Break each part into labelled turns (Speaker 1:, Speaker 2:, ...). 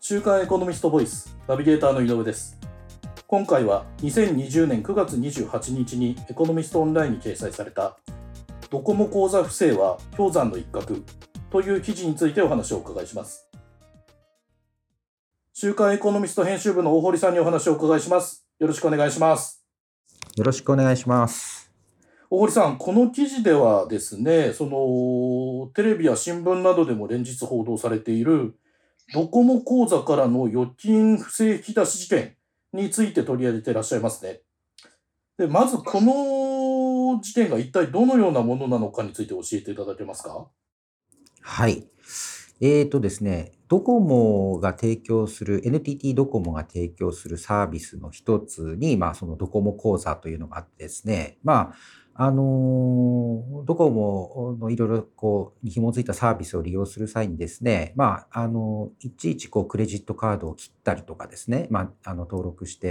Speaker 1: 週刊エコノミストボイスナビゲーターの井上です。今回は2020年9月28日にエコノミストオンラインに掲載されたドコモ口座不正は氷山の一角という記事についてお話をお伺いします。週刊エコノミスト編集部の大堀さんにお話をお伺いします。よろしくお願いします。
Speaker 2: よろしくお願いします。
Speaker 1: 大堀さん、この記事ではですね、テレビや新聞などでも連日報道されているドコモ口座からの預金不正引き出し事件について取り上げていらっしゃいますね。で、まずこの事件が一体どのようなものなのかについて教えていただけますか？
Speaker 2: はい。ですね、ドコモが提供する、NTT ドコモが提供するサービスの一つに、そのドコモ口座というのがあってですね、ドコモのいろいろに紐づいたサービスを利用する際にですね、いちいちクレジットカードを切ったりとかですね、登録して、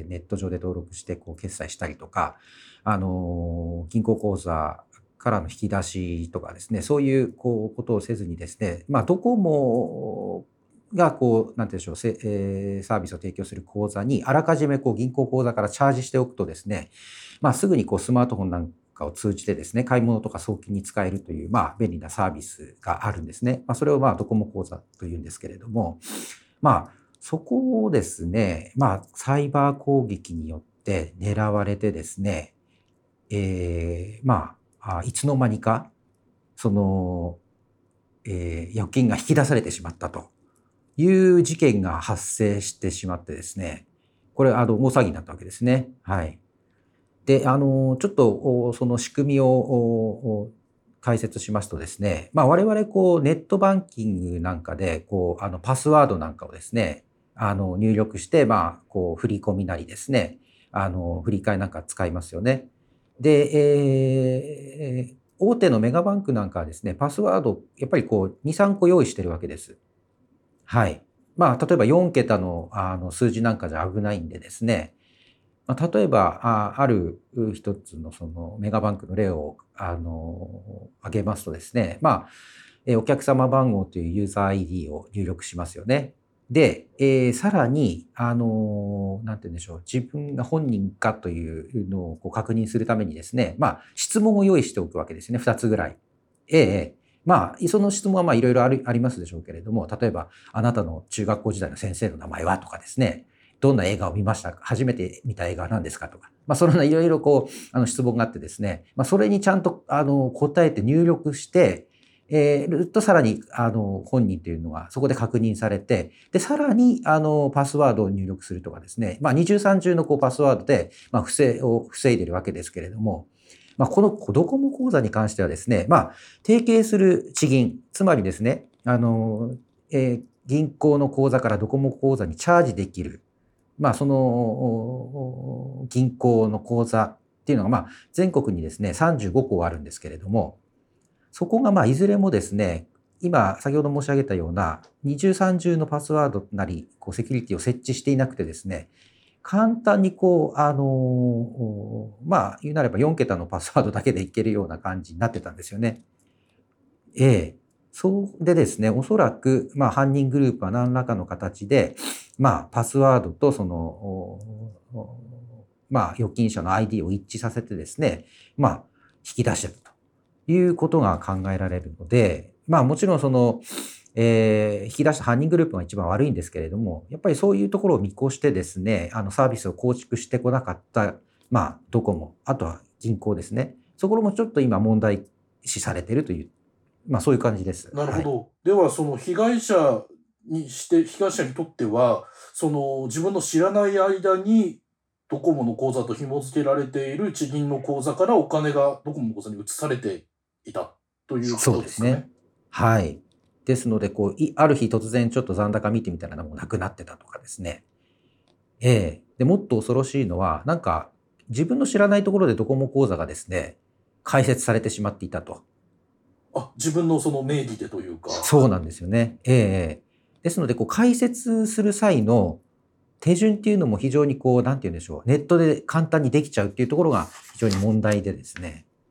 Speaker 2: ネット上で登録して決済したりとか、銀行口座からの引き出しとかですね、そういうことをせずにですね、ドコモがなんて言うんでしょう、サービスを提供する口座にあらかじめ銀行口座からチャージしておくとですね、すぐにスマートフォンなんかを通じてですね、買い物とか送金に使えるという、便利なサービスがあるんですね。それをドコモ口座というんですけれども、そこをですね、サイバー攻撃によって狙われてですね、いつの間にか、預金が引き出されてしまったという事件が発生してしまってですね、これ、大騒ぎになったわけですね。はい。で、ちょっと、その仕組みを解説しますとですね、我々、ネットバンキングなんかで、パスワードなんかをですね、入力して、振り込みなりですね、振り替えなんか使いますよね。で、大手のメガバンクなんかはですね、パスワード、やっぱり2、3個用意してるわけです。はい。例えば4桁の数字なんかじゃ危ないんでですね、例えば、ある一つのそのメガバンクの例を挙げますとですね、お客様番号というユーザー ID を入力しますよね。で、さらに、なんて言うんでしょう、自分が本人かというのを確認するためにですね、質問を用意しておくわけですね、2つぐらい。その質問はいろいろありますでしょうけれども、例えば、あなたの中学校時代の先生の名前はとかですね、どんな映画を見ましたか、初めて見た映画は何ですかとか、そのいろいろ質問があってですね、それにちゃんと答えて入力して、るとさらに本人というのがそこで確認されて、で、さらにパスワードを入力するとかですね、二重三重のパスワードで不正を防いでいるわけですけれども、このドコモ口座に関してはですね、提携する地銀、つまりですね、銀行の口座からドコモ口座にチャージできる、その銀行の口座っていうのが全国にですね、35個あるんですけれども、そこがいずれもですね、今先ほど申し上げたような二重三重のパスワードなりセキュリティを設置していなくてですね、簡単に言うなれば4桁のパスワードだけでいけるような感じになってたんですよね。そうでですね、おそらく犯人グループは何らかの形でパスワードとその預金者の ID を一致させてですね、引き出してるということが考えられるので、もちろん引き出した犯人グループが一番悪いんですけれども、やっぱりそういうところを見越してですね、サービスを構築してこなかった、ドコモ、あとは銀行ですね。そこもちょっと今問題視されているという、そういう感じです。
Speaker 1: なるほど。では、被害者にとっては、自分の知らない間にドコモの口座と紐付けられている地銀の口座からお金がドコモの口座に移されていたというこ
Speaker 2: そう
Speaker 1: とですかね。
Speaker 2: ですね。はい。ですので、ある日突然ちょっと残高見てみたらもうなくなってたとかですね。で、もっと恐ろしいのは、自分の知らないところでドコモ口座がですね、開設されてしまっていたと。
Speaker 1: 自分のその名義でというか。
Speaker 2: そうなんですよね。ですので、開設する際の手順っていうのも非常になんて言うんでしょう、ネットで簡単にできちゃうっていうところが非常に問題でですね。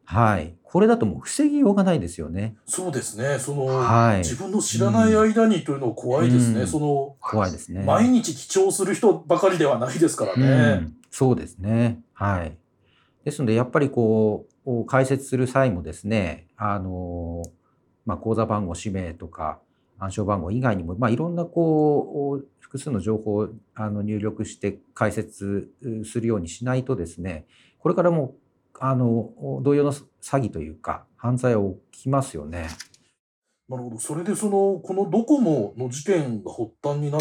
Speaker 2: はい。これだともう防ぎようがないですよね。
Speaker 1: そうですね。自
Speaker 2: はい。
Speaker 1: 分の知
Speaker 2: う
Speaker 1: らない
Speaker 2: ん。
Speaker 1: 間にというのは怖いですね。
Speaker 2: 怖いですね。
Speaker 1: 毎日記帳する人ばかりではないですからね。
Speaker 2: そうですね。はい。ですので、やっぱりこう、解説する際もですね、口座番号、氏名とか暗証番号以外にも、いろんなこう、複数の情報を入力して解説するようにしないとですね、これからも同様の詐欺というか、犯罪は起きますよね。
Speaker 1: なるほど。それでこのドコモの事件が発端になって、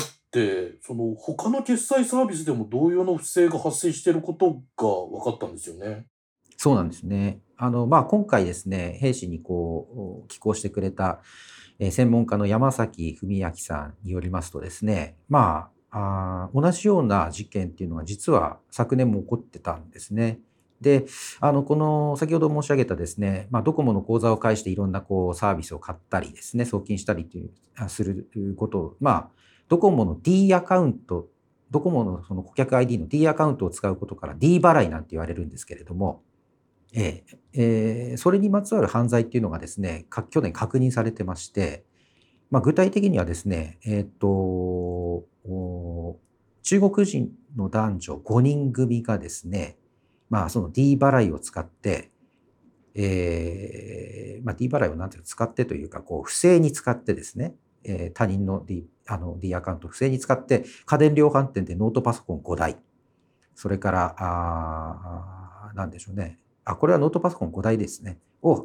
Speaker 1: 他の決済サービスでも同様の不正が発生していることが分かったんですよね。
Speaker 2: そうなんですね。今回ですね、兵士にこう、寄稿してくれた、専門家の山崎文明さんによりますとですね、同じような事件っていうのが実は昨年も起こってたんですね。で、この先ほど申し上げたですね、ドコモの口座を介していろんなこうサービスを買ったりですね、送金したりというすることを、ドコモの D アカウント、ドコモのその顧客 ID の D アカウントを使うことから D 払いなんて言われるんですけれども、それにまつわる犯罪っていうのがですね、去年確認されてまして、具体的にはですね、中国人の男女5人組がですね、その D 払いを使って、D 払いをなんていうの、使ってというか、こう、不正に使ってですね、他人の D アカウントを不正に使って、家電量販店でノートパソコン5台、それから、なんでしょうね。これはノートパソコン5台ですね。を、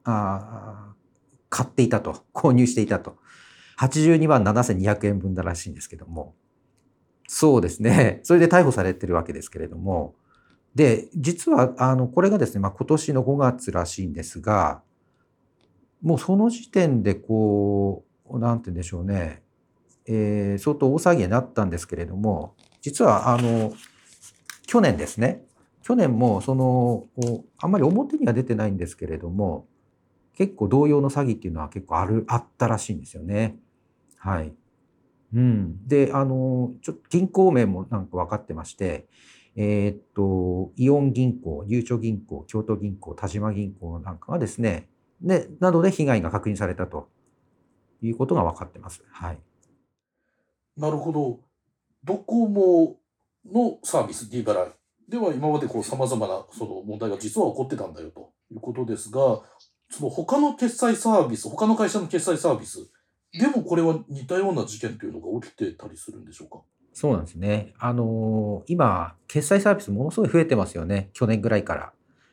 Speaker 2: 買っていたと、購入していたと。82万7200円分だらしいんですけども。そうですね。それで逮捕されてるわけですけれども。で、実は、これがですね、今年の5月らしいんですが、もうその時点でこう、なんて言うんでしょうね。相当大騒ぎになったんですけれども、実は去年ですね。去年もあんまり表には出てないんですけれども、結構同様の詐欺っていうのは結構あったらしいんですよね。はい。で、ちょっと銀行名もなんか分かってまして、イオン銀行、ゆうちょ銀行、京都銀行、田島銀行なんかがですね、などで被害が確認されたということが分かってます。はい。
Speaker 1: なるほど。ドコモのサービス D 払いでは今まで様々なその問題が実は起こってたんだよということですが、その他の決済サービス、他の会社の決済サービスでもこれは似たような事件というのが起きてたりするんでしょうか？
Speaker 2: そうなんですね。今、決済サービスものすごい増えてますよね、去年ぐらいから。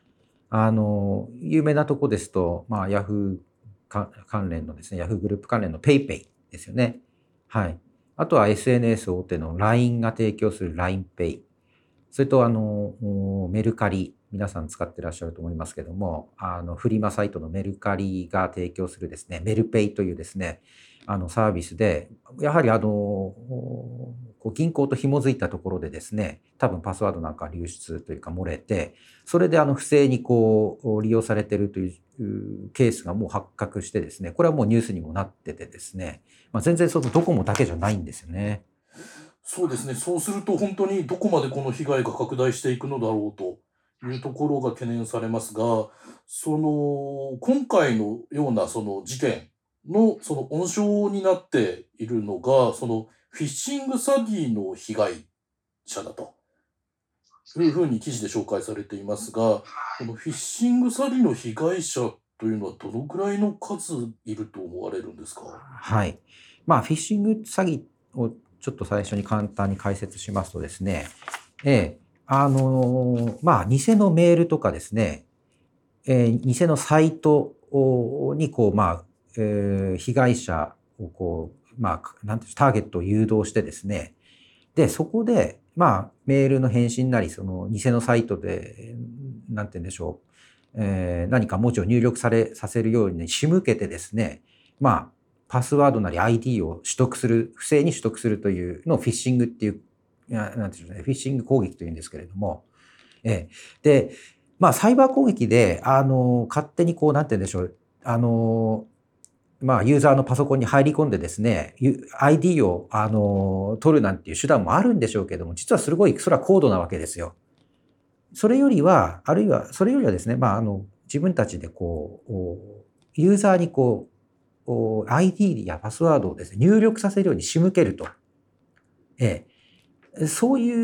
Speaker 2: 有名なとこですと、ヤフー関連のですね、ヤフーグループ関連の PayPay ですよね。はい。あとは SNS 大手の LINE が提供する LINEPay。それとメルカリ、皆さん使ってらっしゃると思いますけども、フリマサイトのメルカリが提供するですね、メルペイというですね、サービスで、やはりこう銀行と紐づいたところでですね、多分パスワードなんか流出というか漏れて、それで不正にこう利用されているというケースがもう発覚してですね、これはもうニュースにもなっててですね、全然そのドコモだけじゃないんですよね。
Speaker 1: そうですね。そうすると本当にどこまでこの被害が拡大していくのだろうというところが懸念されますが、今回のようなその事件のその温床になっているのが、フィッシング詐欺の被害者だというふうに記事で紹介されていますが、このフィッシング詐欺の被害者というのはどのくらいの数いると思われるんですか？
Speaker 2: はい。フィッシング詐欺をちょっと最初に簡単に解説しますとですね、偽のメールとかですね、偽のサイトに被害者をなんていうターゲットを誘導してですね、で、そこで、メールの返信なり、その偽のサイトで、なんて言うんでしょう、何か文字を入力させるように仕向けてですね、パスワードなり ID を取得する、不正に取得するというのをフィッシングっていう、なんていうんでしょうね、フィッシング攻撃というんですけれども、で、サイバー攻撃で、勝手になんて言うんでしょう、ユーザーのパソコンに入り込んでですね、ID を、取るなんていう手段もあるんでしょうけども、実はそれは高度なわけですよ。それよりはですね、 自分たちでユーザーにID やパスワードをですね、入力させるように仕向けると。そういう、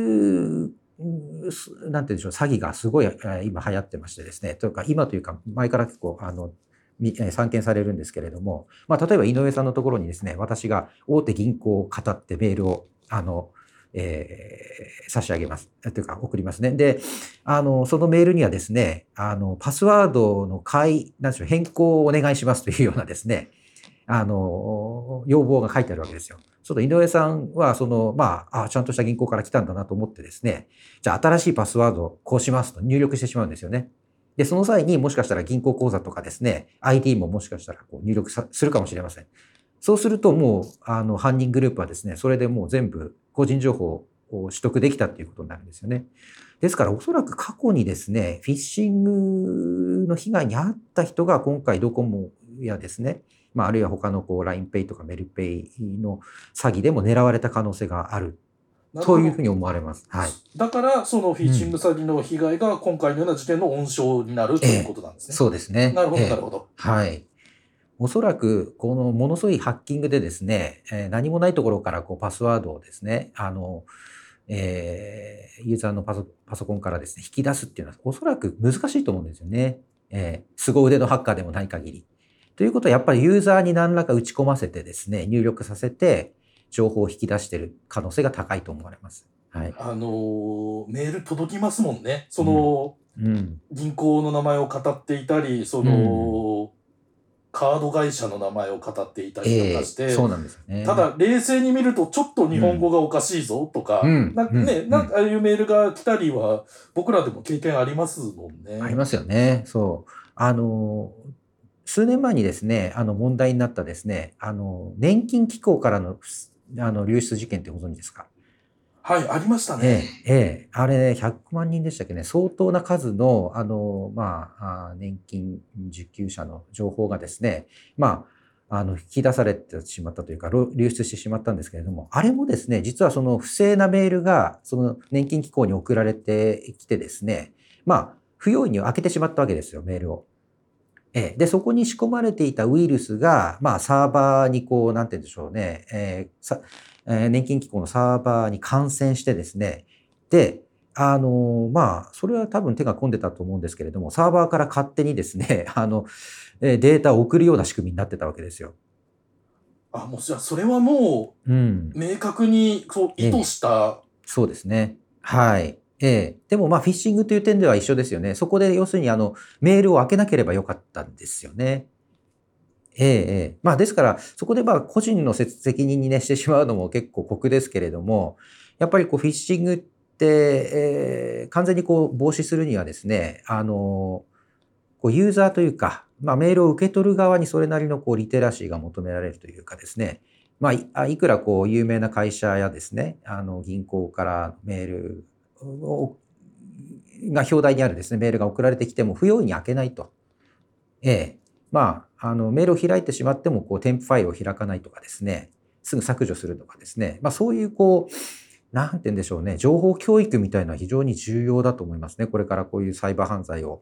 Speaker 2: なんていうんでしょう、詐欺がすごい今流行ってましてですね、というか、今というか、前から結構、散見されるんですけれども、例えば井上さんのところにですね、私が大手銀行を語ってメールを、差し上げます。というか、送りますね。で、そのメールにはですね、パスワードのなんでしょう、変更をお願いしますというようなですね、要望が書いてあるわけですよ。ちょっと井上さんは、ちゃんとした銀行から来たんだなと思ってですね、じゃあ新しいパスワードをこうしますと入力してしまうんですよね。で、その際にもしかしたら銀行口座とかですね、ID ももしかしたら入力するかもしれません。そうするともう、犯人グループはですね、それでもう全部個人情報を取得できたっていうことになるんですよね。ですからおそらく過去にですね、フィッシングの被害に遭った人が今回ドコモやですね、あるいは他のLINEPay とかメルペイの詐欺でも狙われた可能性があるというふうに思われます。はい。
Speaker 1: だから、そのフィッシング詐欺の被害が今回のような事件の温床になるということなんですね。
Speaker 2: そうですね。
Speaker 1: なるほど、なるほど。
Speaker 2: はい。おそらく、このものすごいハッキングでですね、何もないところからパスワードをですね、ユーザーのパソコンからですね、引き出すっていうのはおそらく難しいと思うんですよね。凄腕のハッカーでもない限り。ということはやっぱりユーザーに何らか打ち込ませてですね、入力させて情報を引き出している可能性が高いと思われます。はい。
Speaker 1: メール届きますもんね。銀行の名前を語っていたり、カード会社の名前を語っていたりとかして、
Speaker 2: そうなんですよね。
Speaker 1: ただ冷静に見るとちょっと日本語がおかしいぞとか、ああいうメールが来たりは僕らでも経験ありますもんね。
Speaker 2: ありますよね。そう。数年前にですね、問題になったですね、年金機構からの流出事件ってご存知ですか？
Speaker 1: はい、ありましたね。
Speaker 2: あれ100万人でしたっけね、相当な数の、年金受給者の情報がですね、引き出されてしまったというか、流出してしまったんですけれども、あれもですね、実はその不正なメールが、その年金機構に送られてきてですね、不用意に開けてしまったわけですよ、メールを。で、そこに仕込まれていたウイルスが、サーバーになんて言うんでしょうね、年金機構のサーバーに感染してですね、で、それは多分手が込んでたと思うんですけれども、サーバーから勝手にですね、データを送るような仕組みになってたわけですよ。
Speaker 1: もうじゃあそれはもう、明確に意図した、
Speaker 2: そうですね。はい。でもフィッシングという点では一緒ですよね。そこで要するにメールを開けなければよかったんですよね。ですから、そこで個人の責任にね、してしまうのも結構酷ですけれども、やっぱりフィッシングって、完全に防止するにはですね、ユーザーというか、メールを受け取る側にそれなりのリテラシーが求められるというかですね、いくら有名な会社やですね、銀行からメールが表題にあるですね、メールが送られてきても不用意に開けないと。メールを開いてしまっても、添付ファイルを開かないとかですね、すぐ削除するとかですね、そういうなんて言うんでしょうね、情報教育みたいなのは非常に重要だと思いますね。これからこういうサイバー犯罪を、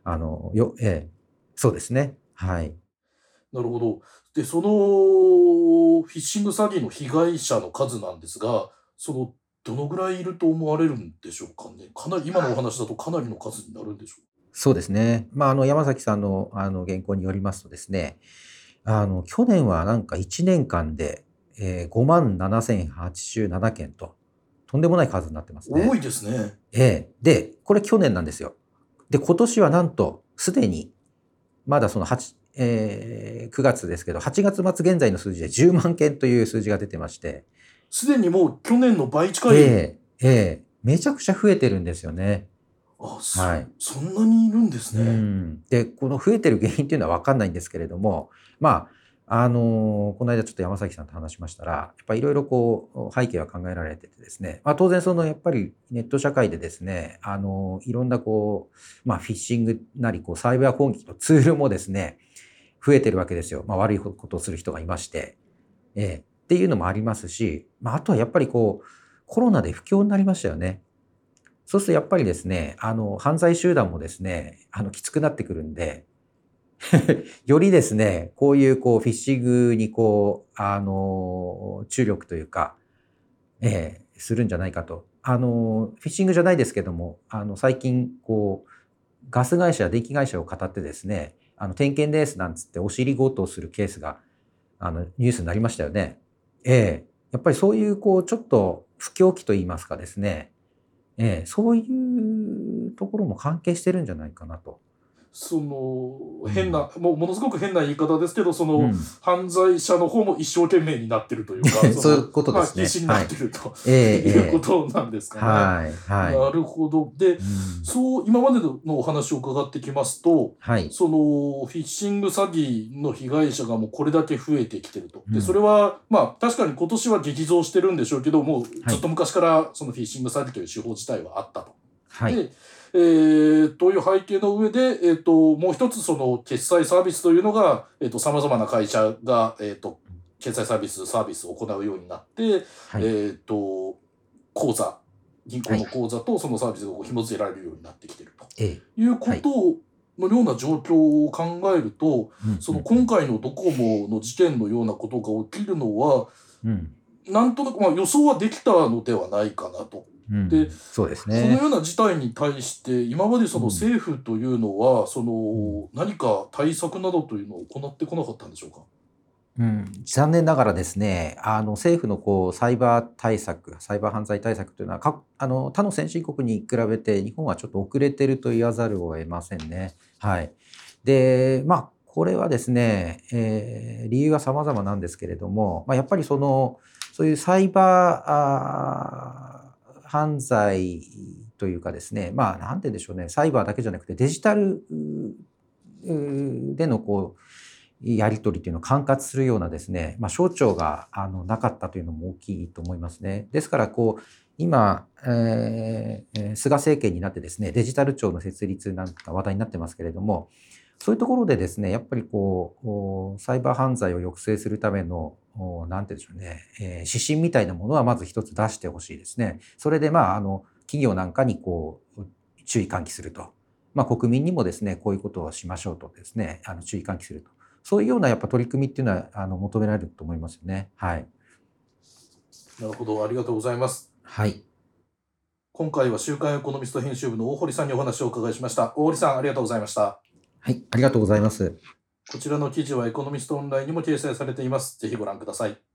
Speaker 2: そうですね。はい。
Speaker 1: なるほど。で、そのフィッシング詐欺の被害者の数なんですが、どのぐらいいると思われるんでしょうかね。今のお話だとかなりの数になるんでしょうか。
Speaker 2: そうですね。山崎さんの原稿によりますとですね、去年はなんか1年間で、57,087件と、とんでもない数になってますね。
Speaker 1: 多いですね。
Speaker 2: で、これ去年なんですよ。で、今年はなんと、すでに、まだその9月ですけど、8月末現在の数字で10万件という数字が出てまして。
Speaker 1: すでにもう去年の倍近い。
Speaker 2: めちゃくちゃ増えてるんですよね。
Speaker 1: はい。そんなにいるんですね。
Speaker 2: で、この増えてる原因っていうのは分かんないんですけれども、この間ちょっと山崎さんと話しましたら、やっぱりいろいろ背景は考えられててですね、当然やっぱりネット社会でですね、いろんなフィッシングなりサイバー攻撃のツールもですね、増えてるわけですよ。悪いことをする人がいまして、っていうのもありますし、あとはやっぱりコロナで不況になりましたよね。 そうするとやっぱりですね、犯罪集団もですね、きつくなってくるんで、よりですね、こういうフィッシングに注力というか、するんじゃないかと。フィッシングじゃないですけども、最近ガス会社、電気会社を騙ってですね、点検ですなんつってお尻強盗するケースが、ニュースになりましたよね。やっぱりそういうちょっと不況期と言いますかですね、そういうところも関係してるんじゃないかなと。うん。
Speaker 1: ものすごく変な言い方ですけど、
Speaker 2: うん。
Speaker 1: 犯罪者の方も一生懸命になってるというか、
Speaker 2: そういうことです
Speaker 1: 必死
Speaker 2: ね。
Speaker 1: になって
Speaker 2: はい。
Speaker 1: ると
Speaker 2: ええ
Speaker 1: いうこ
Speaker 2: ええ。
Speaker 1: となんですかね。
Speaker 2: はい、はい。
Speaker 1: なるほど。で、
Speaker 2: うん。
Speaker 1: 今までのお話を伺ってきますと、
Speaker 2: はい。
Speaker 1: フィッシング詐欺の被害者がもうこれだけ増えてきてると。で、それ
Speaker 2: うん。
Speaker 1: は、まあ、確かに今年は激増してるんでしょうけど、もう
Speaker 2: はい。
Speaker 1: ずっと昔からそのフィッシング詐欺という手法自体はあったと。
Speaker 2: はい。
Speaker 1: で、という背景の上で、もう一つその決済サービスというのが、様々な会社が、決済サービスを行うようになって、
Speaker 2: はい。
Speaker 1: えっと、口座、銀行の
Speaker 2: はい。
Speaker 1: 口座とそのサービスが紐付けられるようになってきていると
Speaker 2: ええ。
Speaker 1: いうこ
Speaker 2: はい。
Speaker 1: とのような状況を考えると、
Speaker 2: うんうんうん。
Speaker 1: 今回のドコモの事件のようなことが起きるのは、
Speaker 2: うん。
Speaker 1: なんとなく、まあ、予想はできたのではないかなと。で、
Speaker 2: うん。そうです
Speaker 1: このよ
Speaker 2: ね。
Speaker 1: うな事態に対して、今までその
Speaker 2: うん。
Speaker 1: 政府というのは、
Speaker 2: うん。
Speaker 1: 何か対策などというのを行ってこなかったんでしょうか。
Speaker 2: うん、残念ながらですね、政府のサイバー対策、サイバー犯罪対策というのは、他の先進国に比べて日本はちょっと遅れてると言わざるを得ませんね。はい。で、これはですね、理由は様々なんですけれども、やっぱりそういうサイバー犯罪というかですね、なんて言うんでしょうね、サイバーだけじゃなくてデジタルでのやり取りというのを管轄するようなですね、省庁がなかったというのも大きいと思いますね。ですから今、菅政権になってですね、デジタル庁の設立なんか話題になってますけれども、そういうところでですね、やっぱりサイバー犯罪を抑制するための、なんて言うんでしょうね、指針みたいなものはまず一つ出してほしいですね。それで企業なんかに注意喚起すると。国民にもですね、こういうことをしましょうとですね、注意喚起すると。そういうようなやっぱ取り組みっていうのは、求められると思いますよね。はい。
Speaker 1: なるほど、ありがとうございます。
Speaker 2: はい。
Speaker 1: 今回は週刊エコノミスト編集部の大堀さんにお話をお伺いしました。大堀さん、ありがとうございました。
Speaker 2: はい、ありがとうございます。
Speaker 1: こちらの記事はエコノミストオンラインにも掲載されています。ぜひご覧ください。